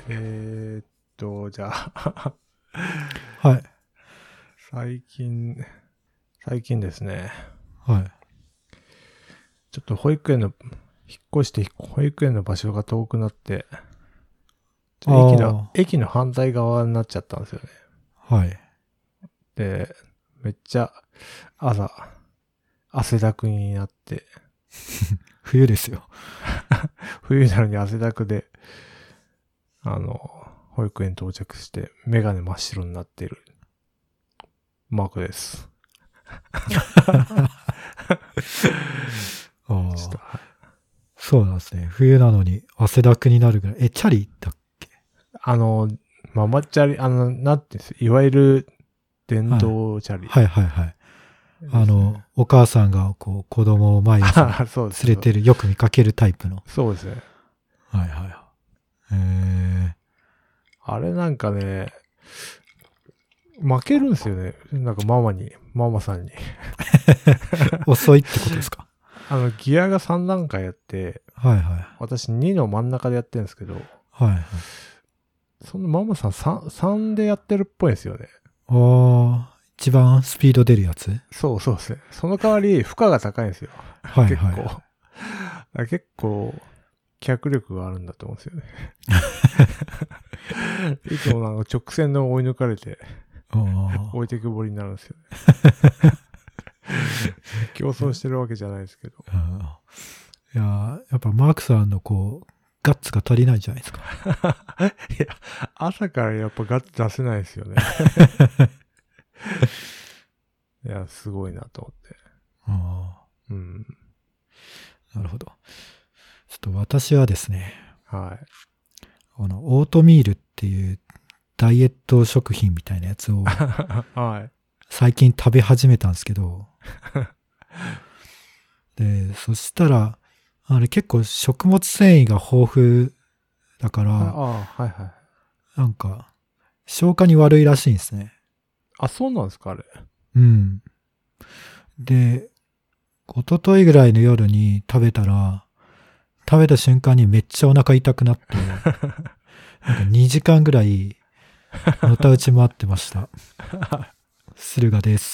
じゃあ、 はい。 最近ですね、 はい。 ちょっと引っ越して保育園の場所が遠くなって、 あ駅の反対側になっちゃったんですよね。 あ、はい。 で、めっちゃ朝、汗だくになって、 冬ですよ。 冬なのに汗だくで、保育園到着して、メガネ真っ白になっている、マークです。ちょっと、 そうなんですね。冬なのに汗だくになるぐらい。チャリだっけ？ ママチャリ、なんていうんです、いわゆる電動チャリ、 はいはいはい。 ですね。 お母さんがこう子供を毎朝そうです。 連れてる、よく見かけるタイプの。 そうですね。 はいはい。 あれなんかね、負けるんですよね。なんかママさんに。 遅いってことですか？ ギアが3段階あって、 はいはい。 私2の真ん中でやってるんですけど、 はいはい。 そのママさん3でやってるっぽいんですよね。 一番スピード出るやつ？ そうですね。その代わり負荷が高いんですよ。 はいはい。 結構、脚力があるんだと思うんですよね。いつもなんか直線の追い抜かれて、置いてくぼりになるんですよね。競争してるわけじゃないですけど。 いや、やっぱマークさんのこう、ガッツが足りないんじゃないですか。 いや、朝からやっぱガッツ出せないですよね。いや、すごいなと思って。うん。 なるほど。ちょっと私はですね、 はい。 オートミールっていうダイエット食品みたいなやつをはい。 最近食べ始めたんですけど、で、そしたら、あれ結構食物繊維が豊富だから、 はいはい。 なんか、消化に悪いらしいんですね。 あ、そうなんですか、あれ。 うん。で、一昨日ぐらいの夜に食べたら、食べた瞬間にめっちゃお腹痛くなって、なんか2時間ぐらい、のたうち回ってました。駿河です。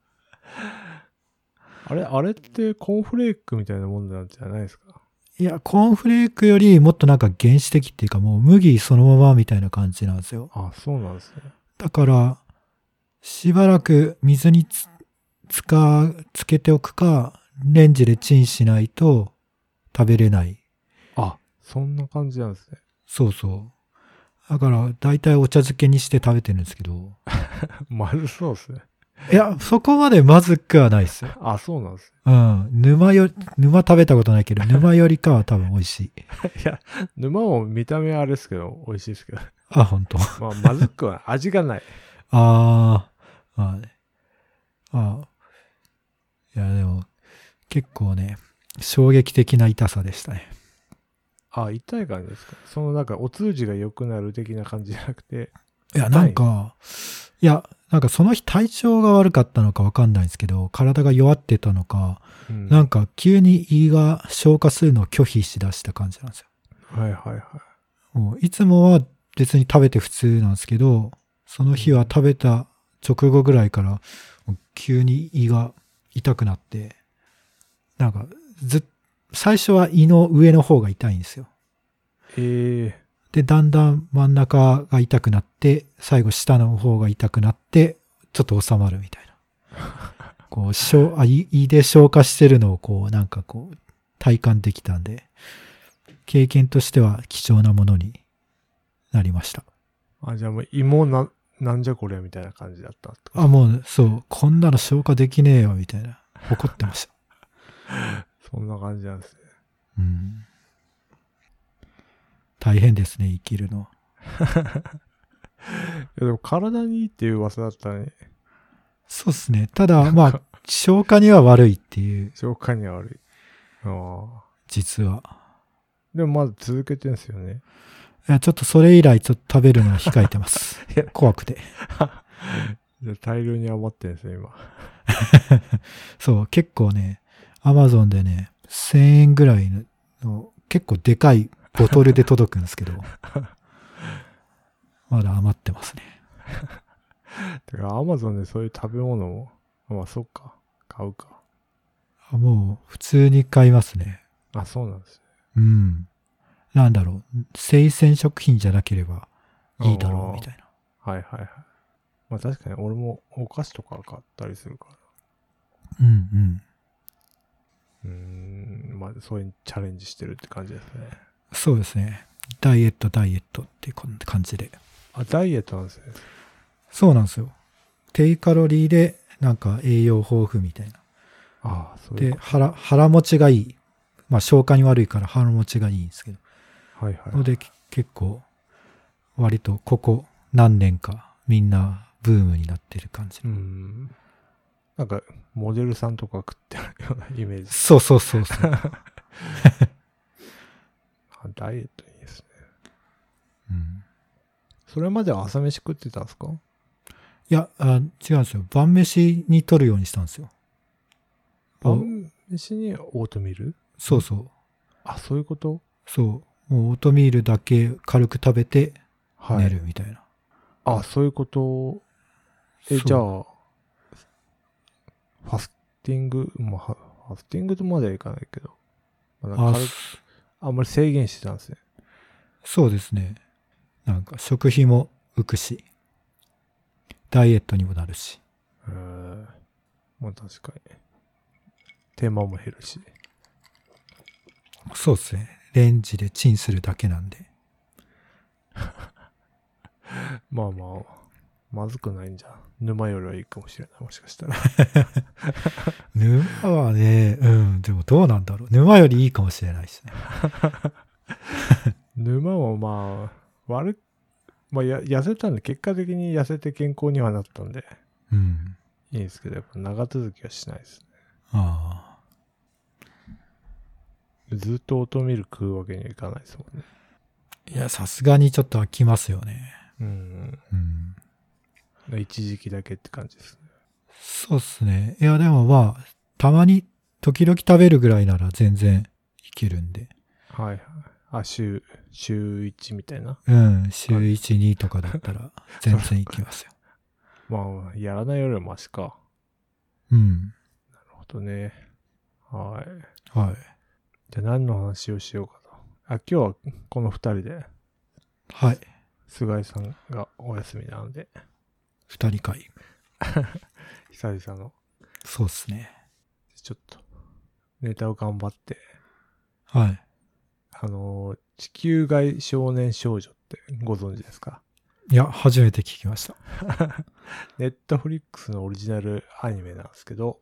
あれってコーンフレークみたいなもんなんじゃないですか？ いや、コーンフレークよりもっとなんか原始的っていうかもう麦そのままみたいな感じなんですよ。 あ、そうなんですね。 だから、しばらく水につけておくか、レンジでチンしないと食べれない。 あ、そんな感じなんですね。 そうそう。だから、だいたいお茶漬けにして食べてるんですけど。 まずそうですね。 いや、そこまでまずくはないですよ。 あ、そうなんですうん。沼食べたことないけど、沼よりかは多分美味しい。 ね。いや、沼も見た目はあれですけど、美味しいですけど。 あ、本当。 まずくは味がない。 ああ、まあね。ああ。いや、でも、結構ね、衝撃的な痛さでしたね。 あ、痛い感じですか？そのなんかお通じが良くなる的な感じじゃなくて、 いや、 痛い。 なんかその日体調が悪かったのかわかんないですけど、体が弱ってたのか、 うん。 なんか急に胃が消化するのを拒否しだした感じなんですよ。 はいはいはい。 もういつもは別に食べて普通なんですけど、その日は食べた直後ぐらいから、急に胃が痛くなって、なんか最初は胃の上の方が痛いんですよ。で、だんだん真ん中が痛くなって、最後下の方が痛くなって、ちょっと収まるみたいな。こう、胃で消化してるのをこう、なんかこう、体感できたんで、経験としては貴重なものになりました。 あ、じゃあもう芋なんじゃこりゃみたいな感じだったってこと？ もう、そう、こんなの消化できねえよ、みたいな。怒ってました。 そんな感じなんですね。 うん。大変ですね、生きるの。 いやでも体にいいっていう噂だったらね。 そうですね。ただ、まあ、消化には悪いっていう。 消化には悪い。ああ。 実は。 でもまだ続けてんすよね。 いや、ちょっとそれ以来ちょっと食べるのは控えてます。 いや怖くて。 じゃあ大量に余ってんすよ、今。 そう、結構ね、アマゾンでね、1000円ぐらいの結構でかいボトルで届くんですけど、 まだ余ってますね。 てか、アマゾンでそういう食べ物も、まあ、そっか。買うか。 もう、普通に買いますね。 あ、そうなんですね。 うん。なんだろう。生鮮食品じゃなければいいだろうみたいな。 はいはいはい。まあ確かに俺もお菓子とか買ったりするから。 うんうん。まあそういうチャレンジしてるって感じですね。 そうですね。ダイエットっていう感じで。 あ、ダイエットなんですね。 そうなんですよ。低カロリーでなんか栄養豊富みたいな。 ああ、そういうで、腹持ちがいい。まあ消化に悪いから腹持ちがいいんですけど。 はいはい。 ので結構割とここ何年かみんなブームになってる感じ。 なんかモデルさんとか食ってるようなイメージ。 そうダイエットいいですね。 うん。 それまでは朝飯食ってたんですか？ いや、違うんですよ。晩飯に取るようにしたんですよ。 晩飯にオートミール？ そうそう。 あ、そういうこと？ そう。もうオートミールだけ軽く食べて寝るみたいな。 あ、そういうこと。じゃあ、ファスティング、まあ、ファスティングとまではいかないけど、あんまり制限してたんですね。 そうですね。なんか食費も浮くし、ダイエットにもなるし。 まあ確かに。手間も減るし。 そうですね。レンジでチンするだけなんで。 まあまあ、まずくないんじゃん。沼よりはいいかもしれない。もしかしたら。 沼はね、でもどうなんだろう。沼よりいいかもしれないですね。 沼もまあ、痩せたんで、結果的に痩せて健康にはなったんで、いいんですけど、やっぱ長続きはしないですね。 ああ。ずっとオートミール食うわけにはいかないですもんね。 いや、さすがにちょっと飽きますよね。 一時期だけって感じですね。 そうっすね。いや、でもまあ、たまに時々食べるぐらいなら全然いけるんで。 はいはい。あ、週1みたいな。 週1、2とかだったら全然いきますよ。 まあ、やらないよりはマシか。 なるほどね。はい。じゃあ何の話をしようかと。今日はこの2人で。 はい。 菅井さんがお休みなので。 2人会。 久々の。 そうっすね。 ちょっと、ネタを頑張って。 はい。 地球外少年少女ってご存知ですか？ いや、初めて聞きました。 ネットフリックスのオリジナルアニメなんですけど。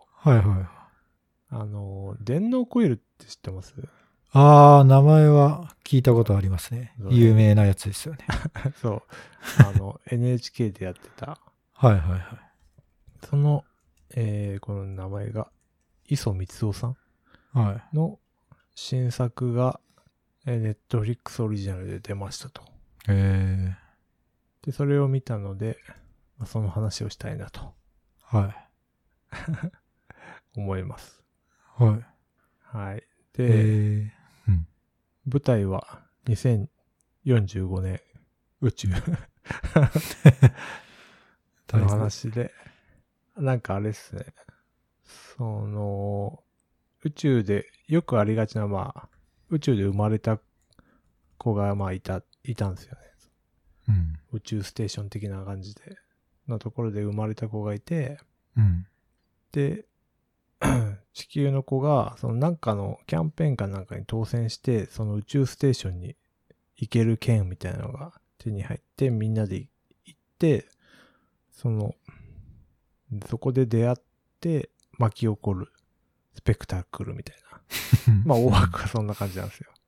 電脳コイルって知ってます？ 名前は聞いたことありますね。有名なやつですよね。 そう。NHK でやってた。その、この名前が、磯光雄さんの新作が、ネットフリックスオリジナルで出ましたと。で、それを見たので、その話をしたいなと。思います。で、舞台は2045年宇宙の話で、なんかあれですね。宇宙でよくありがちな、宇宙で生まれた子がいたんですよね。宇宙ステーション的な感じでのところで生まれた子がいて、で地球の子がなんかのキャンペーンかなんかに当選して、その宇宙ステーションに行ける券みたいなのが手に入って、みんなで行って、そこで出会って巻き起こるスペクタクルみたいな。大枠はそんな感じなんですよ。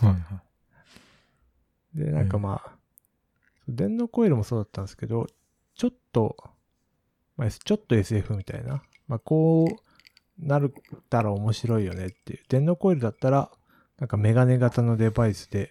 で、なんか電脳コイルもそうだったんですけど、ちょっと SF みたいな。こうなるったら面白いよねっていう。電脳コイルだったら、なんかメガネ型のデバイスで、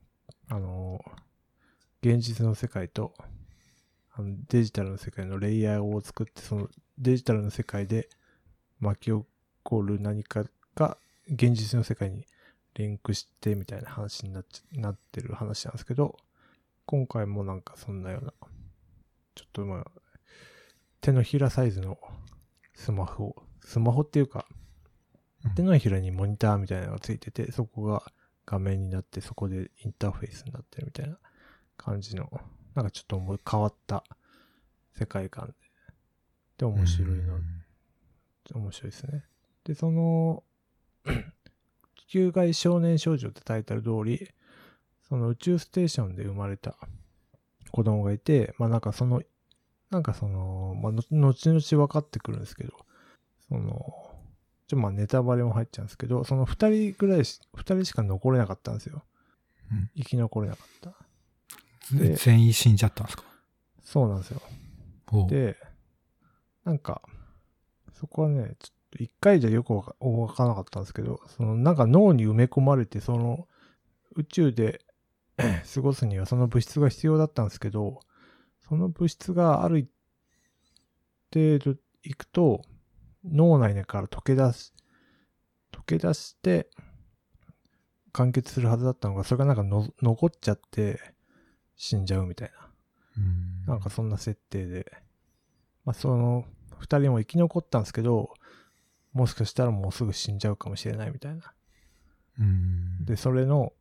現実の世界と、デジタルの世界のレイヤーを作って、そのデジタルの世界で巻き起こる何かが現実の世界にリンクしてみたいな話になってる話なんですけど、 今回もなんかそんなような、ちょっとまあ、手のひらサイズのスマホっていうか、手のひらにモニターみたいなのがついてて、そこが画面になって、そこでインターフェースになってるみたいな感じの、なんかちょっと変わった世界観で面白いですね。で、その、地球外少年少女ってタイトル通り、その宇宙ステーションで生まれた子供がいて、まあなんかまあ、後々分かってくるんですけど、まあネタバレも入っちゃうんですけど、その二人しか残れなかったんですよ。生き残れなかった。 全員死んじゃったんですか？ そうなんですよ。で、なんか、そこはね、ちょっと一回じゃよくわからなかったんですけど、なんか脳に埋め込まれて、宇宙で過ごすにはその物質が必要だったんですけど、その物質がある一定度いくと、脳内から溶け出して完結するはずだったのが、それがなんか残っちゃって死んじゃうみたいな。なんかそんな設定で、まあその二人も生き残ったんですけど、もしかしたらもうすぐ死んじゃうかもしれないみたいな。で、それの、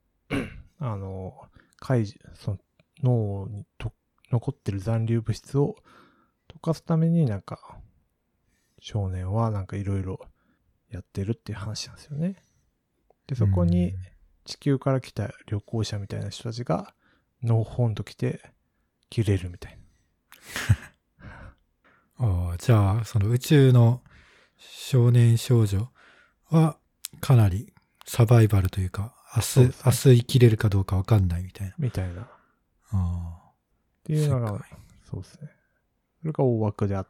その脳に残ってる残留物質を溶かすためになんか、少年はなんかいろいろやってるっていう話なんですよね。で、そこに地球から来た旅行者みたいな人たちが、ノーホンと来て、切れるみたいな。じゃあ、その宇宙の少年少女はかなりサバイバルというか、明日生きれるかどうかわかんないみたいな。 みたいな。っていうのが、そうですね。それが大枠であって、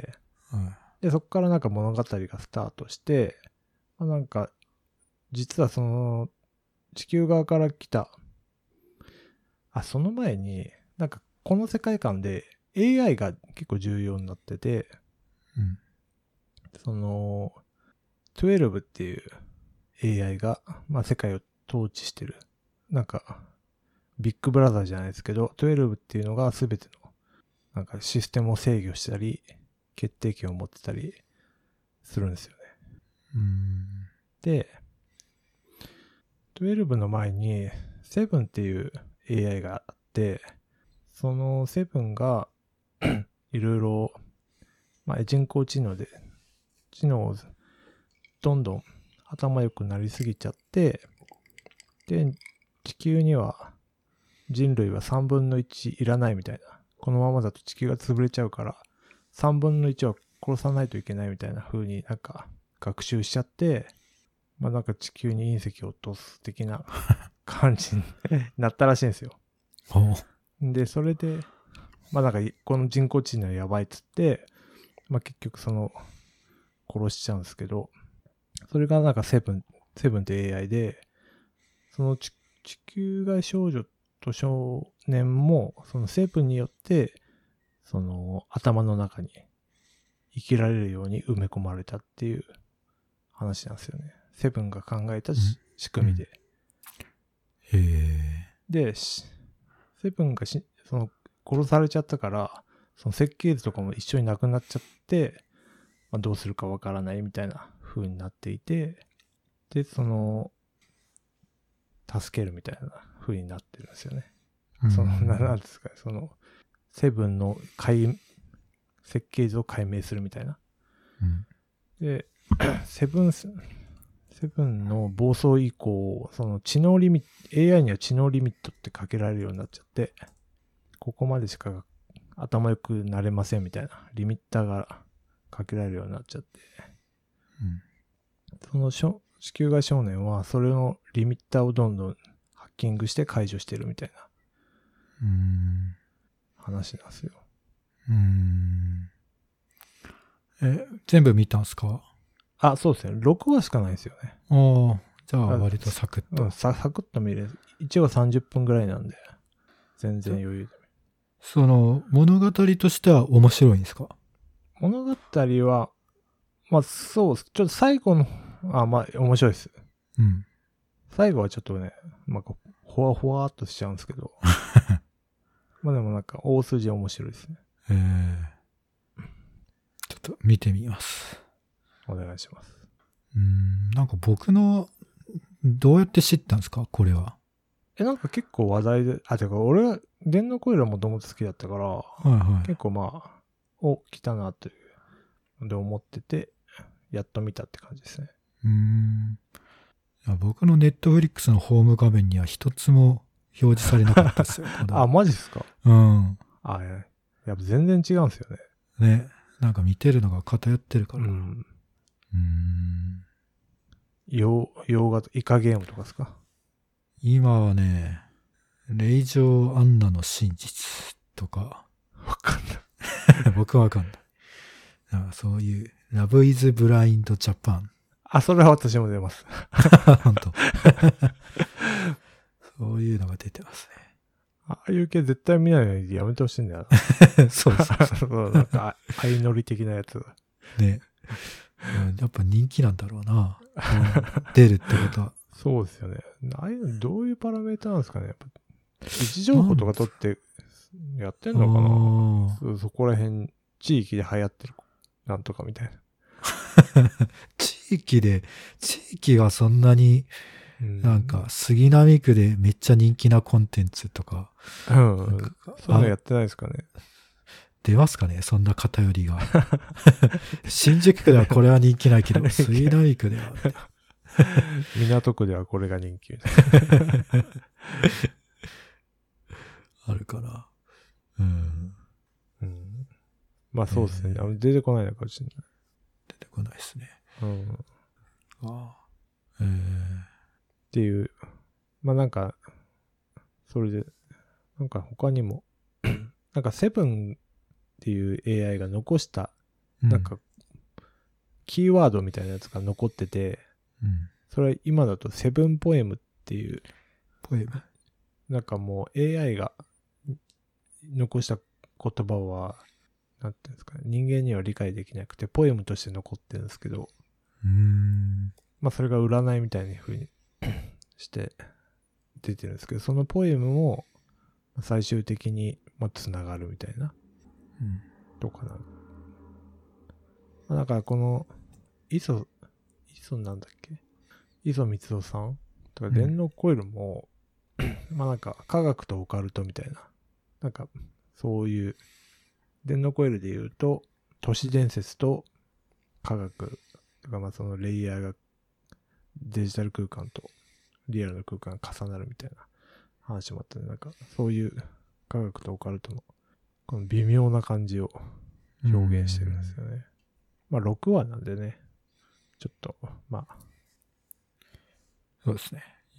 で、そこからなんか物語がスタートして、まあ、なんか、実は地球側から来た、その前に、なんかこの世界観で AI が結構重要になってて、12っていう AI が、まあ世界を統治してる。なんか、ビッグブラザーじゃないですけど、12っていうのが全ての、なんかシステムを制御したり、決定権を持ってたりするんですよね。で、12の前に、7っていう AI があって、その7がいろいろ、まあ、人工知能をどんどん頭良くなりすぎちゃって、で、地球には人類は3分の1いらないみたいな。このままだと地球が潰れちゃうから、3分の1は殺さないといけないみたいな風になんか学習しちゃって、まあなんか地球に隕石を落とす的な感じになったらしいんですよ。で、それで、まあなんかこの人工知能やばいっつって、まあ結局殺しちゃうんですけど、それがなんかセブンって AI で、その地球外少女と少年も、そのセブンによって、頭の中に生きられるように埋め込まれたっていう話なんですよね。セブンが考えた仕組みで。で、セブンが殺されちゃったから、その設計図とかも一緒になくなっちゃって、まあ、どうするかわからないみたいな風になっていて、で、助けるみたいな風になってるんですよね。なんですか、セブンの設計図を解明するみたいな。で、セブンの暴走以降、AI には知能リミットってかけられるようになっちゃって、ここまでしか頭良くなれませんみたいなリミッターがかけられるようになっちゃって、地球外少年はそれのリミッターをどんどんハッキングして解除してるみたいな話なんですよ。 全部見たんすか？ そうですね。6話しかないですよね。 じゃあ割とサクッと。 サクッと見れる。1話30分ぐらいなんで、全然余裕で。 物語としては面白いんですか？ 物語は、まあそう、ちょっと最後の、まあ面白いです。最後はちょっとね、まあほわほわっとしちゃうんですけど。 まあでもなんか大筋面白いですね。 ちょっと見てみます。 お願いします。 なんか僕の、どうやって知ったんですかこれは。 なんか結構話題で、てか俺は電脳コイルはもともと好きだったから、 はいはい、 結構まあ、来たなというので思ってて、やっと見たって感じですね。 いや僕のネットフリックスのホーム画面には一つも表示されなかったですよ。 マジっすか？ うん。 やっぱ全然違うんですよね。 ね。なんか見てるのが偏ってるから。 洋画、イカゲームとかですか？ 今はね、令嬢アンナの真実とか。 わかんない。 僕はわかんない。なんかそういう、ラブイズブラインドジャパン。 それは私も出ます。 本当。そういうのが出てますね。 ああいう系絶対見ないのにやめてほしいんだよな。そうなんか、相乗り的なやつ。 ね。やっぱ人気なんだろうな。出るってことは。 そうですよね。ああいうのどういうパラメータなんですかね。やっぱ位置情報とか取ってやってんのかな。そこら辺、地域で流行ってるなんとかみたいな。 地域がそんなに、なんか、杉並区でめっちゃ人気なコンテンツとか。 そういうのやってないですかね。 出ますかねそんな偏りが。新宿区ではこれは人気ないけど、杉並区では。 港区ではこれが人気。 あるかな。 まあそうですね。出てこないのかもしれない。 出てこないですね。 っていう。まあなんか、それで、なんか他にも、なんかセブンっていう AI が残した、なんか、キーワードみたいなやつが残ってて、それは今だとセブンポエムっていう、なんかもう AI が残した言葉は、なんていうんですかね、人間には理解できなくて、ポエムとして残ってるんですけど、まあそれが占いみたいな風にして出てるんですけど、そのポエムも最終的につながるみたいな、とかな。だからこの磯なんだっけ、磯光雄さんとか電脳コイルも、まあなんか科学とオカルトみたいな、なんかそういう電脳コイルで言うと都市伝説と科学とか、まあそのレイヤーがデジタル空間とリアルな空間が重なるみたいな話もあったね。なんかそういう科学とオカルトのこの微妙な感じを表現してるんですよね。まあ6話なんでね、ちょっとまあそうですね。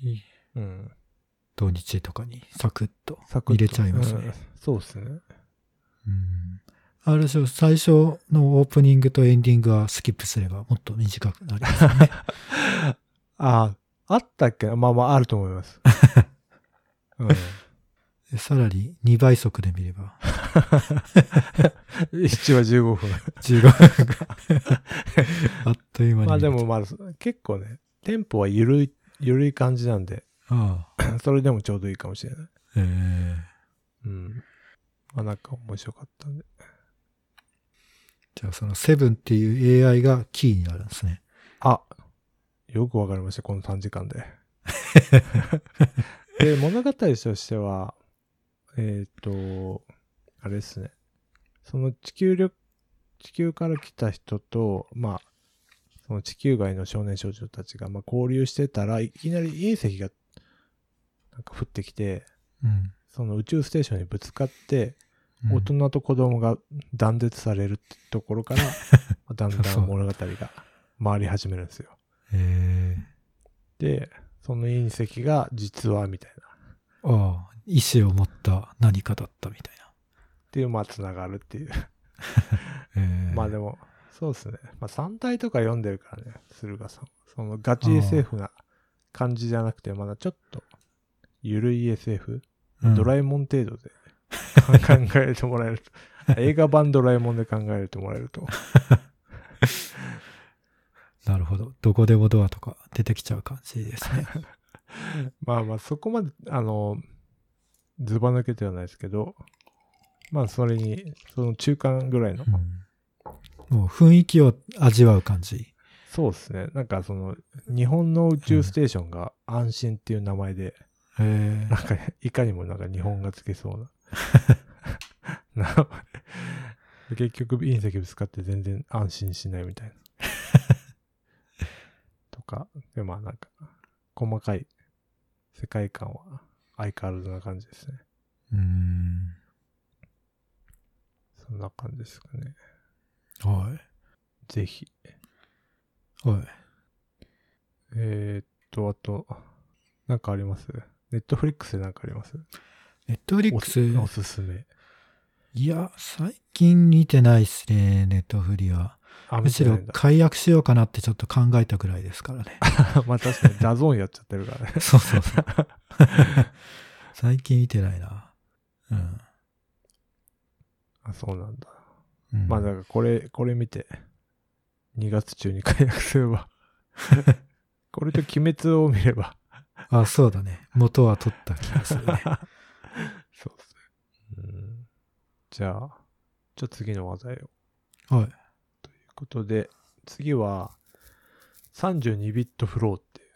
土日とかにサクッと入れちゃいますね。 そうですね。 ある種最初のオープニングとエンディングはスキップすればもっと短くなりますね。 あったっけ？まああると思います。 さらに2倍速で見れば。 1話15分。 15分か。あっという間に。 まあでも結構ね、テンポは緩い感じなんで、それでもちょうどいいかもしれない。まあなんか面白かったんで。 じゃあそのセブンっていう AI がキーになるんですね。 よくわかりました、この短時間で。で、物語としては、あれですね。その地球から来た人と、まあ、その地球外の少年少女たちが交流してたらいきなり隕石がなんか降ってきて、その宇宙ステーションにぶつかって、大人と子供が断絶されるってところから、だんだん物語が回り始めるんですよ。で、その隕石が実はみたいな。意志を持った何かだったみたいな。 っていう、つながるっていう。まあでも、そうですね。3体とか読んでるからね、駿河さん。そのガチ SF な感じじゃなくて、まだちょっと、ゆるい SF、ドラえもん程度で考えてもらえると、映画版ドラえもんで考えてもらえると。 なるほど。どこでもドアとか出てきちゃう感じですね。 まあそこまで、ずば抜けてはないですけど、 まあそれに、その中間ぐらいの。 もう雰囲気を味わう感じ。 そうですね。なんかその、日本の宇宙ステーションが安心っていう名前で、なんかいかにもなんか日本がつけそうな。結局隕石ぶつかって全然安心しないみたいな。とか、でまあなんか、細かい世界観は相変わらずな感じですね。そんな感じですかね。 はい。 ぜひ。 はい。 あと、なんかあります？ネットフリックスでなんかあります？ ネットフリックスおすすめ。 いや、最近見てないっすね、ネットフリは。むしろ解約しようかなってちょっと考えたぐらいですからね。 まあ確かにダゾーンやっちゃってるからね。 そうそうそう。最近見てないな。うん。 あ、そうなんだ。まあだからこれ見て、2月中に解約すれば。これと鬼滅を見れば。 あ、そうだね。元は取った気がするね。 そうですね。じゃあ、次の話題を。はい。 ということで、次は、32ビットフローっていう。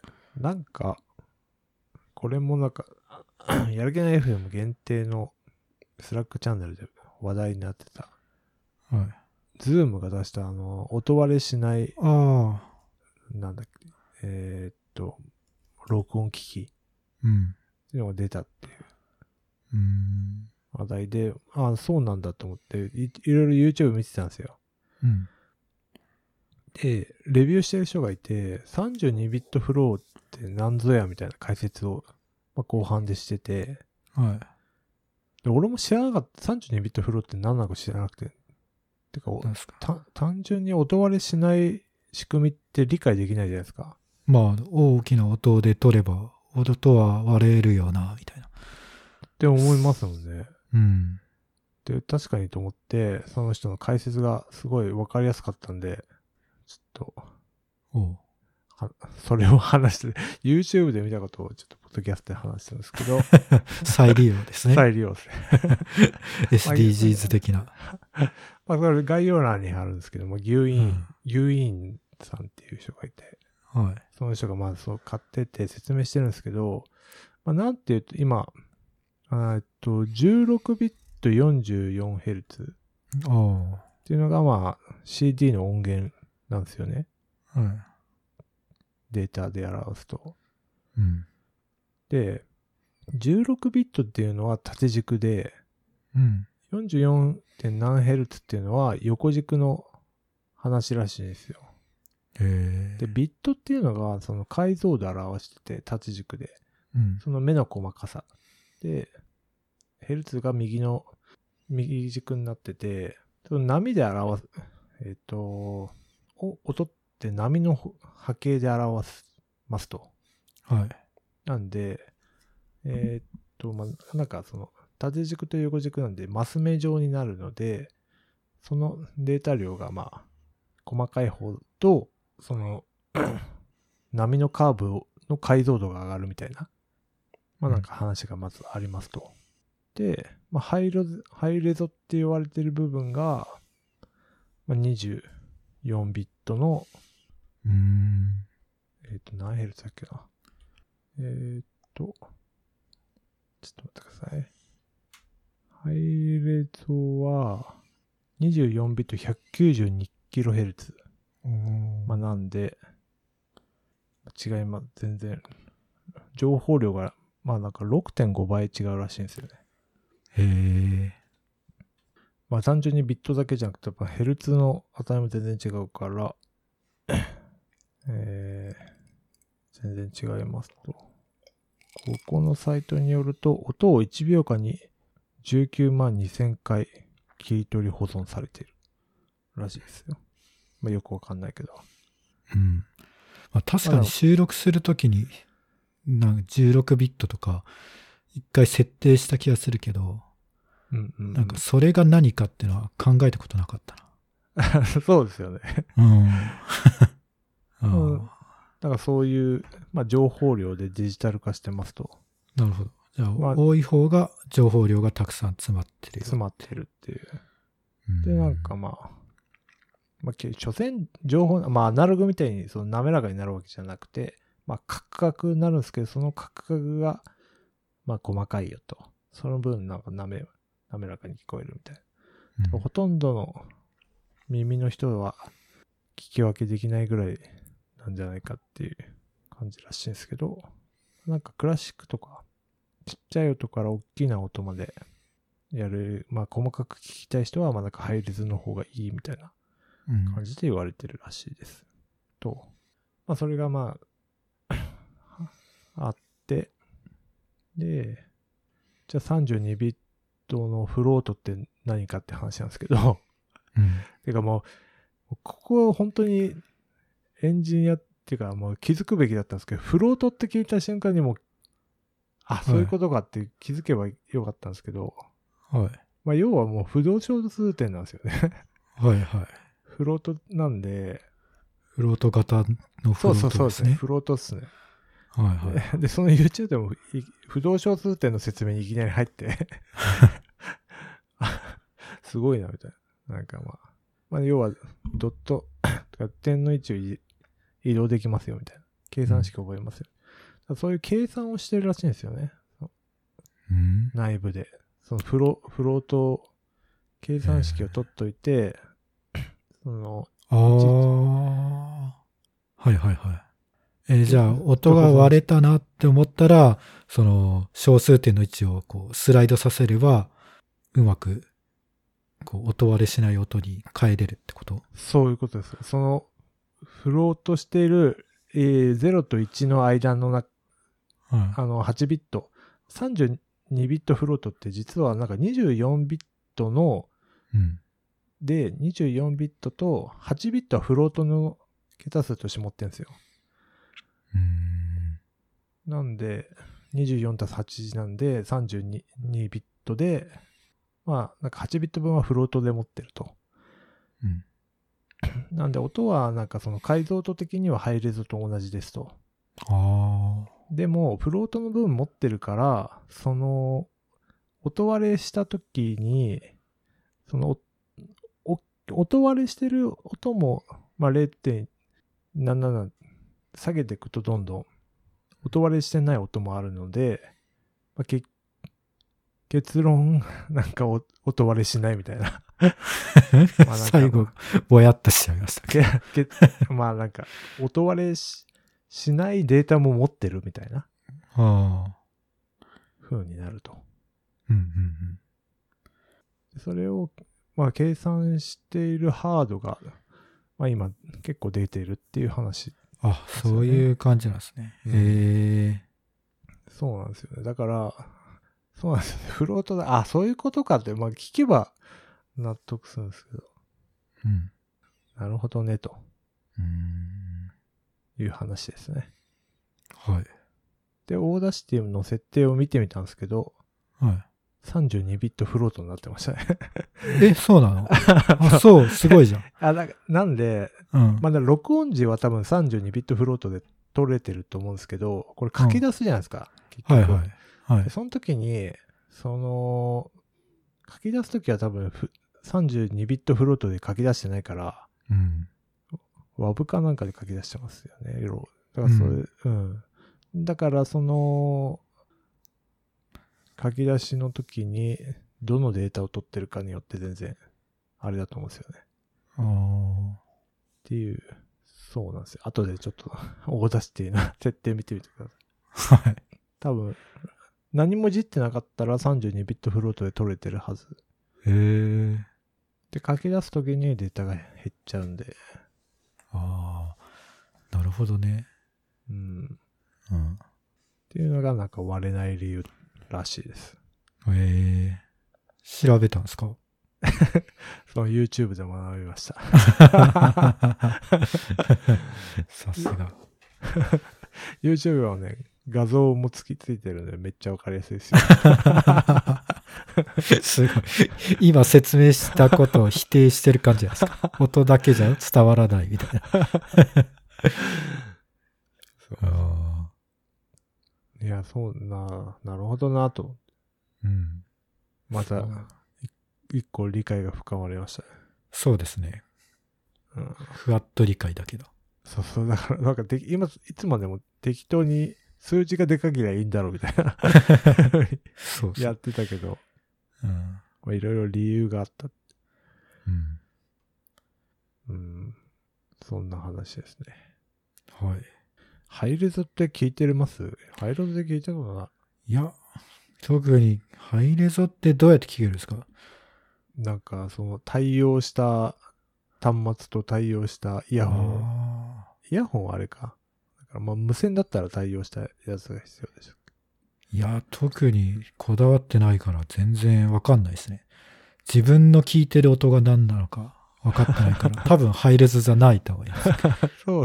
なんか、これもなんか、やる気ない FM 限定のスラックチャンネルで話題になってた。 はい。 ズームが出した音割れしない、なんだっけ、録音機器。っていうのが出たっていう。話題で、そうなんだと思って、いろいろ YouTube 見てたんですよ。で、レビューしてる人がいて、32ビットフローって何ぞやみたいな解説を、後半でしてて、で俺も知らなかった、32ビットフローって何なのか知らなくて。てか、単純に音割れしない仕組みって理解できないじゃないですか。 まあ、大きな音で撮れば、音は割れるよな、みたいな。 って思いますもんね。で、確かにと思って、その人の解説がすごい分かりやすかったんで、ちょっと、それを話して、YouTube で見たことをちょっとポッドキャストで話してるんですけど。 再利用ですね。 再利用ですね。 SDGs 的な。 それ概要欄にあるんですけども、牛院さんっていう人がいて、その人がまずそう買ってて説明してるんですけど、なんていうと今、16ビット 44Hz っていうのがCD の音源なんですよね。データで表すと。で、16ビットっていうのは縦軸で、44. 何ヘルツっていうのは横軸の話らしいんですよ。で、ビットっていうのがその解像度を表してて、縦軸で。その目の細かさ。で、ヘルツが右軸になってて、その波で表す、音って波の波形で表すますと。なんで、なんかその、縦軸と横軸なんで、マス目状になるので、そのデータ量が細かい方と、その、波のカーブの解像度が上がるみたいな、なんか話がまずありますと。で、ハイレゾって言われてる部分が、24ビットの、何ヘルツだっけな。ちょっと待ってください。ハイレゾは、24ビット 192kHz。なんで、違います。全然。情報量が、なんか 6.5 倍違うらしいんですよね。単純にビットだけじゃなくて、やっぱヘルツの値も全然違うから、全然違いますと。ここのサイトによると、音を1秒間に19万2000回切り取り保存されているらしいですよ。よくわかんないけど。 確かに収録するときに、なんか16ビットとか、一回設定した気がするけど、なんかそれが何かっていうのは考えたことなかったな。そうですよね。だからそういう、情報量でデジタル化してますと。 なるほど。 じゃあ、多い方が情報量がたくさん詰まってる。 詰まってるっていう。で、なんか所詮情報、アナログみたいにその滑らかになるわけじゃなくて、カクカクになるんですけど、そのカクカクが、細かいよと。その分、なんか滑らかに聞こえるみたいな。ほとんどの耳の人は聞き分けできないぐらいなんじゃないかっていう感じらしいんですけど、なんかクラシックとか、ちっちゃい音から大きな音までやる、細かく聞きたい人は、なんかハイレズの方がいいみたいな感じで言われてるらしいです。と、それがあって、で、じゃあ32ビットのフロートって何かって話なんですけど、てかここは本当にエンジニアっていうか気づくべきだったんですけど、フロートって聞いた瞬間にそういうことかって気づけばよかったんですけど、 はい。 要はもう不動小数点なんですよね。 はいはい。 フロートなんで。 フロート型のフロートですね。そうですね。 フロートっすね。 はいはい。 で、その YouTube でも不動小数点の説明にいきなり入ってすごいなみたいな。なんか要はドットとか点の位置を移動できますよみたいな。計算式覚えますよ。そういう計算をしてるらしいんですよね。内部で。そのフロート計算式を取っといて、 はいはいはい。じゃあ、音が割れたなって思ったら、その小数点の位置をスライドさせれば、うまく音割れしない音に変えれるってこと？ そういうことです。そのフロートしている、0と1の間の8ビット、32ビットフロートって実はなんか24ビットの、で、24ビットと8ビットはフロートの桁数として持ってるんですよ。なんで、24たす8なんで32ビットで、なんか8ビット分はフロートで持ってると。なんで音はなんかその解像度的にはハイレゾと同じですと。でも、フロートの分持ってるから、その、音割れした時に、その、音割れしてる音も、0.77 下げていくとどんどん、音割れしてない音もあるので、結論、なんか音割れしないみたいな。 最後、ぼやっとしちゃいましたけど。なんか、音割れしないデータも持ってるみたいな。風になると。それを、計算しているハードが、今結構出てるっていう話、ね。 そういう感じなんですね。 そうなんですよね。だから、そうなんですよね。フロートだ。そういうことかって、聞けば納得するんですけど。なるほどね、と。いう話ですね。 はい。 で、オーダーシティの設定を見てみたんですけど、32ビットフロートになってましたね。 そうなの？そう、すごいじゃん。 なんで、録音時は多分32ビットフロートで取れてると思うんですけど、これ書き出すじゃないですか。結局。その時に、書き出す時は多分32ビットフロートで書き出してないから、WAV かなんかで書き出してますよね。だからだから書き出しの時にどのデータを取ってるかによって全然あれだと思うんですよね。っていう、そうなんですよ。後でちょっとオーダーシティの設定見てみてください。多分、何もいじってなかったら32ビットフロートで取れてるはず。で、書き出す時にデータが減っちゃうんで。 なるほどね。 っていうのがなんか割れない理由らしいです。 調べたんですか？ その YouTube で学びました。 さすが。 YouTube はね、画像もついてるのでめっちゃわかりやすいですよ。 すごい。今説明したことを否定してる感じですか？音だけじゃ伝わらないみたいな。 いや、なるほどなと。 うん。 また、一個理解が深まりましたね。 そうですね。 うん、 ふわっと理解だけど。 そう、だから、なんか今、いつまでも適当に数字がでかけりゃいいんだろうみたいなそうやってたけど、 うん。 まあ、いろいろ理由があった。 うん。 うん。そんな話ですね。 はい。 ハイレゾって聞いてます？ハイレゾで聞いたことない。 いや、特にハイレゾってどうやって聞けるんですか？ なんか、対応した端末と対応したイヤホン。イヤホンはあれか。だからまあ無線だったら対応したやつが必要でしょ。 いや、特にこだわってないから全然わかんないですね。自分の聞いてる音が何なのか分かってないから、多分ハイレゾじゃないと思います。 そう。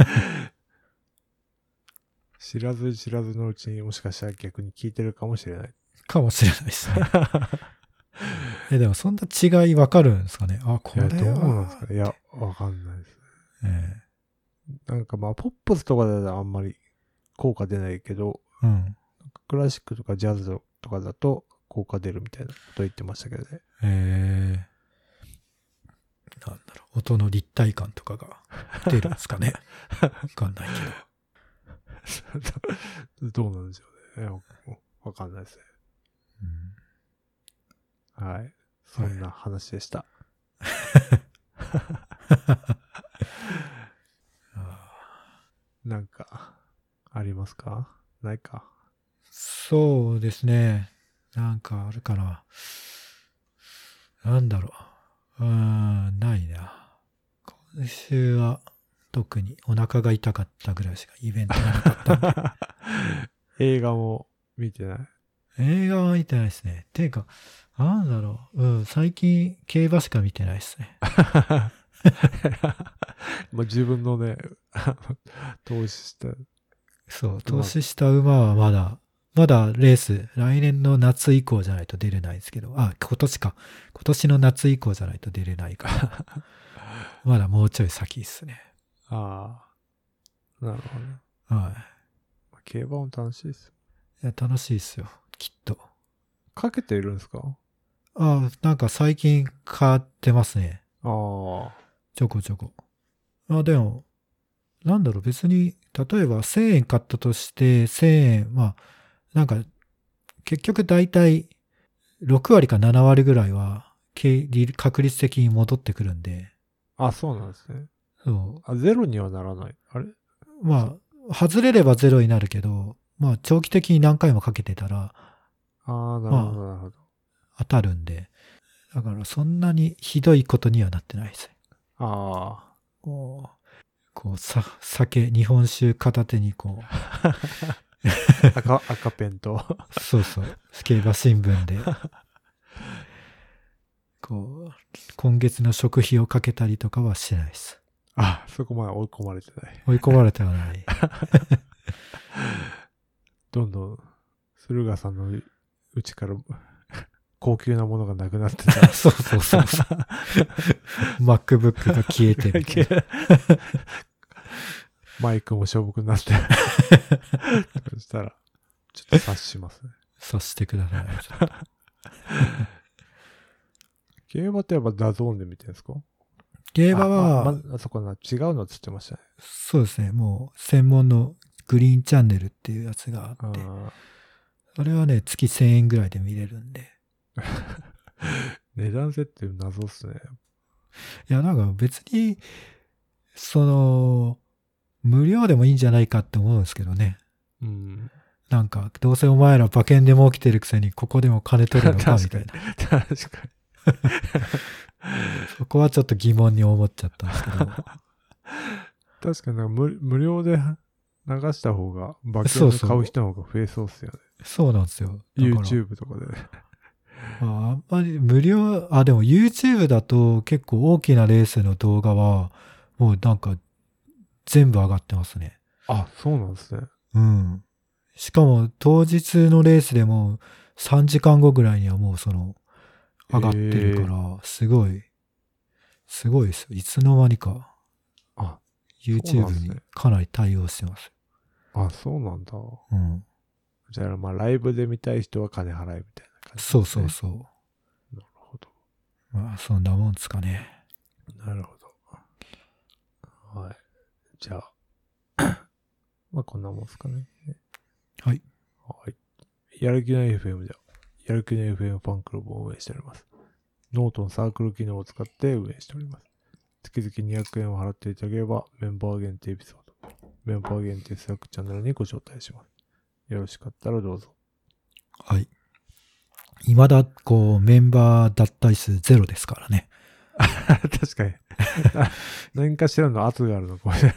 知らず知らずのうちにもしかしたら逆に聞いてるかもしれない。 かもしれないですね。でもそんな違い分かるんですかね。あ、これは。 どうなんですかね。いや、わかんないですね。なんかまあ、ポップスとかだとあんまり効果出ないけど、 うん。 クラシックとかジャズとかだと効果出るみたいなこと言ってましたけどね。 なんだろう。音の立体感とかが出るんですかね。わかんないけど。どうなんでしょうね。わかんないですね。うん、はい。そんな話でした。なんか、ありますか？ないか。 そうですね。なんかあるかな。なんだろう。ないな。今週は特にお腹が痛かったぐらいしかイベントがなかったんで。映画も見てない？ 映画は見てないですね。ていうか、なんだろう。最近競馬しか見てないですね。 まあ自分のね、投資した。 そう、投資した馬はまだレース、来年の夏以降じゃないと出れないですけど、今年か。今年の夏以降じゃないと出れないから、まだもうちょい先ですね。 ああ、なるほど。 はい。 競馬も楽しいですよ。 いや、楽しいですよ。きっと。 かけているんですか？ なんか最近買ってますね。 ああ。 ちょこちょこ。でも、なんだろう、別に、例えば1000円買ったとして、1000円、なんか、結局大体、6割か7割ぐらいは、確率的に戻ってくるんで。 あ、そうなんですね。 そう。 ゼロにはならない。あれ？ 外れればゼロになるけど、長期的に何回もかけてたら、 なるほど、なるほど。 当たるんで。だから、そんなにひどいことにはなってないですね。 ああ。 日本酒片手に赤ペンと。 そうそう。競馬新聞で。今月の食費をかけたりとかはしないです。 そこまで追い込まれてない。 追い込まれてはない。 どんどん、駿河さんのうちから高級なものがなくなってた。 そう。MacBook が消えてる。 マイクもしょぼくなって。そしたら、ちょっと察しますね。 察してください。 競馬ってやっぱダゾーンで見てるんですか？ 競馬は、 そこ違うのつってましたね。 そうですね。もう、専門のグリーンチャンネルっていうやつがあって、それはね、月1000円ぐらいで見れるんで。 値段設定謎っすね。 いや、なんか別に、無料でもいいんじゃないかって思うんですけどね。 うん。 なんか、どうせお前ら馬券でも起きてるくせに、ここでも金取るのかみたいな。 確かに。 そこはちょっと疑問に思っちゃったんですけど。 確かに無料で流した方が、馬券で買う人の方が増えそうっすよね。 そうなんですよ。 YouTube とかで。 あんまり無料、でも YouTube だと結構大きなレースの動画は、もうなんか全部上がってますね。 そうなんですね。 うん。しかも当日のレースでも3時間後ぐらいにはもう上がってるから、すごいですよ。いつの間にか。YouTube にかなり対応してます。 そうなんだ。 うん。 じゃあまあライブで見たい人は金払えみたいな感じ、ね。 そうそうそう。 なるほど。 まあそんなもんですかね。 なるほど。はい。じゃあ、まあこんなもんですかね。 はい。 はい。やる気ない FM では、やる気ない FM ファンクラブを運営しております。ノートのサークル機能を使って運営しております。月々200円を払っていただければ、メンバー限定エピソード、メンバー限定スラックチャンネルにご招待します。よろしかったらどうぞ。 はい。未だ、こう、メンバー脱退数ゼロですからね。 確かに。何かしらの圧があるのかもしれない。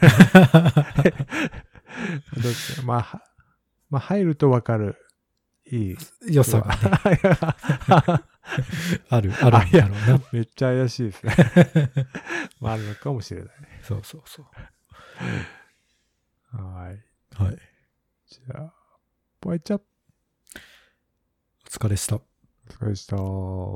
まあ、入るとわかる。いい。 良さがね。あるんだろうな。 めっちゃ怪しいですね。まあ、あるのかもしれない。 そうそうそう。 はい。 はい。 じゃあ、バイチャップ。 お疲れした。 お疲れでした。